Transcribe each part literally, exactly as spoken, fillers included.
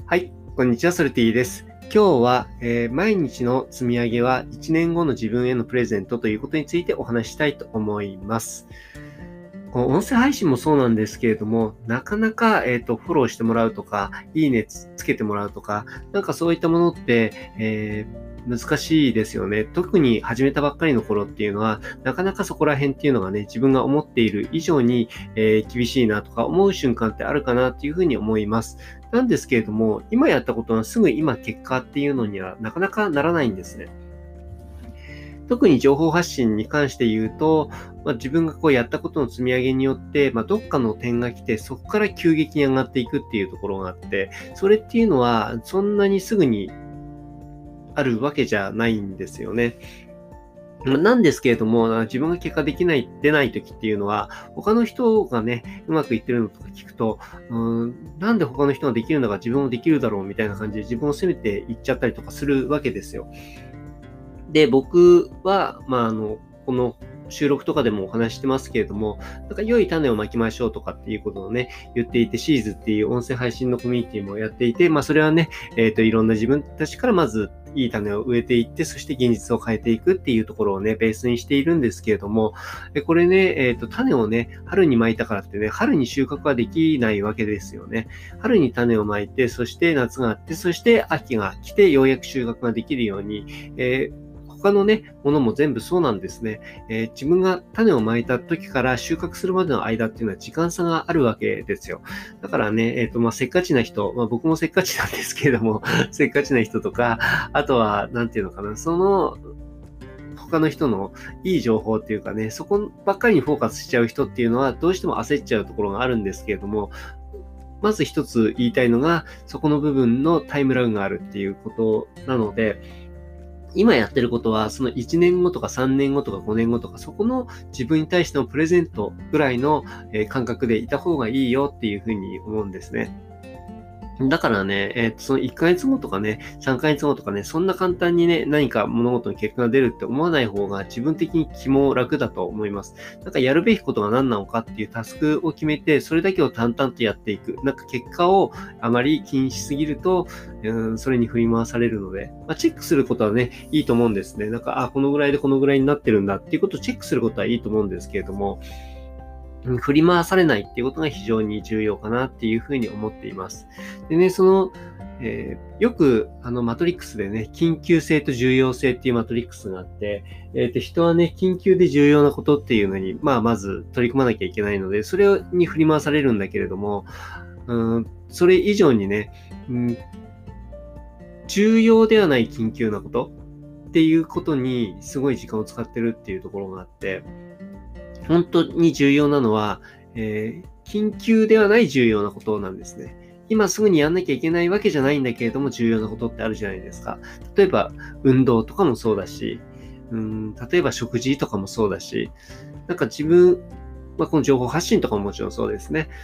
はい、こんにちは、ソルティです。今日は、えー毎日の積み上げはいちねんごの自分へのプレゼントということについてお話ししたいと思います。この音声配信もそうなんですけれども、なかなか、えーと、フォローしてもらうとか、いいねつつけてもらうとか、なんかそういったものって、えー難しいですよね。特に始めたばっかりの頃っていうのは、なかなかそこら辺っていうのがね、自分が思っている以上に、えー厳しいなとか思う瞬間ってあるかなっていうふうに思います。なんですけれども、今やったことはすぐ今結果っていうのにはなかなかならないんですね。特に情報発信に関して言うと、まあ、自分がこうやったことの積み上げによって、まあ、どっかの点が来て、そこから急激に上がっていくっていうところがあって、それっていうのはそんなにすぐにあるわけじゃないんですよね。まあなんですけれども、自分が結果できない、出ない時っていうのは、他の人がね、うまくいってるのとか聞くと、うーん、なんで他の人ができるのが自分もできるだろうみたいな感じで自分を責めていっちゃったりとかするわけですよ。で、僕は、まあ、あの、この収録とかでもお話ししてますけれども、なんか良い種をまきましょうとかっていうことをね、言っていて、シーズっていう音声配信のコミュニティもやっていて、まあ、それはね、えっと、いろんな自分たちからまずいい種を植えていって、そして現実を変えていくっていうところをね、ベースにしているんですけれども、えこれね、えっと、種をね、春にまいたからってね、春に収穫はできないわけですよね。春に種をまいて、そして夏があって、そして秋が来て、ようやく収穫ができるように、えー他のね、ものも全部そうなんですね。えー自分が種をまいた時から収穫するまでの間っていうのは時間差があるわけですよ。だからね、えっと、まあ、せっかちな人、まあ、僕もせっかちなんですけれども、せっかちな人とか、あとは、なんていうのかな、その、他の人のいい情報っていうかね、そこばっかりにフォーカスしちゃう人っていうのは、どうしても焦っちゃうところがあるんですけれども、まず一つ言いたいのが、そこの部分のタイムラグがあるっていうことなので、今やってることは、そのいちねんごとかさんねんごとかごねんごとか、そこの自分に対してのプレゼントぐらいのえー感覚でいた方がいいよっていうふうに思うんですね。だからね、えーと、そのいっかげつごとかね、さんかげつごとかね、そんな簡単にね、何か物事に結果が出るって思わない方が自分的に気も楽だと思います。なんかやるべきことが何なのかっていうタスクを決めて、それだけを淡々とやっていく。なんか結果をあまり気にしすぎると、うん、それに振り回されるので、まあ、チェックすることはね、いいと思うんですね。なんか、あ、このぐらいでこのぐらいになってるんだっていうことをチェックすることはいいと思うんですけれども、うん振り回されないっていうことが非常に重要かなっていうふうに思っています。でね、その、えーよくあのマトリックスでね、緊急性と重要性っていうマトリックスがあって、えーと人はね、緊急で重要なことっていうのに、まあまず取り組まなきゃいけないので、それに振り回されるんだけれども、うん、それ以上にね、うん、重要ではない緊急なことっていうことにすごい時間を使ってるっていうところがあって、本当に重要なのは、えー緊急ではない重要なことなんですね。今すぐにやんなきゃいけないわけじゃないんだけれども重要なことってあるじゃないですか。例えば運動とかもそうだし、うん、例えば食事とかもそうだし、なんか自分、まあ、この情報発信とかももちろんそうですね。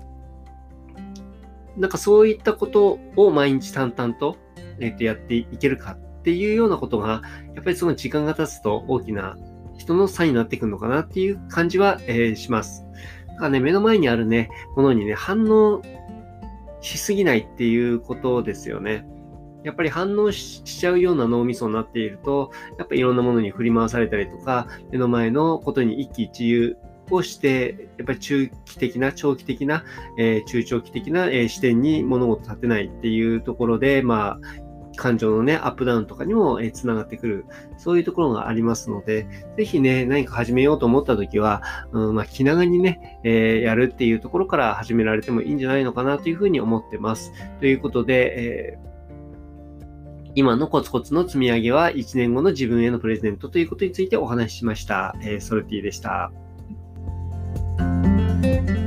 なんかそういったことを毎日淡々と、えーとやっていけるかっていうようなことが、やっぱりその時間が経つと大きな人の差になってくるのかなっていう感じは、えーします。だからね、目の前にあるね、ものにね、反応しすぎないっていうことですよね。やっぱり反応しちゃうような脳みそになっていると、やっぱりいろんなものに振り回されたりとか、目の前のことに一喜一憂をして、やっぱり中期的な、長期的な、えー中長期的な、えー視点に物事を立てないっていうところで、まあ、感情のね、アップダウンとかにも、えー、つながってくる。そういうところがありますので、ぜひね、何か始めようと思ったときは、うん、まあ、気長にね、えーやるっていうところから始められてもいいんじゃないのかなというふうに思ってます。ということで、えー今のコツコツの積み上げはいちねんごの自分へのプレゼントということについてお話ししました。えーソルティでした。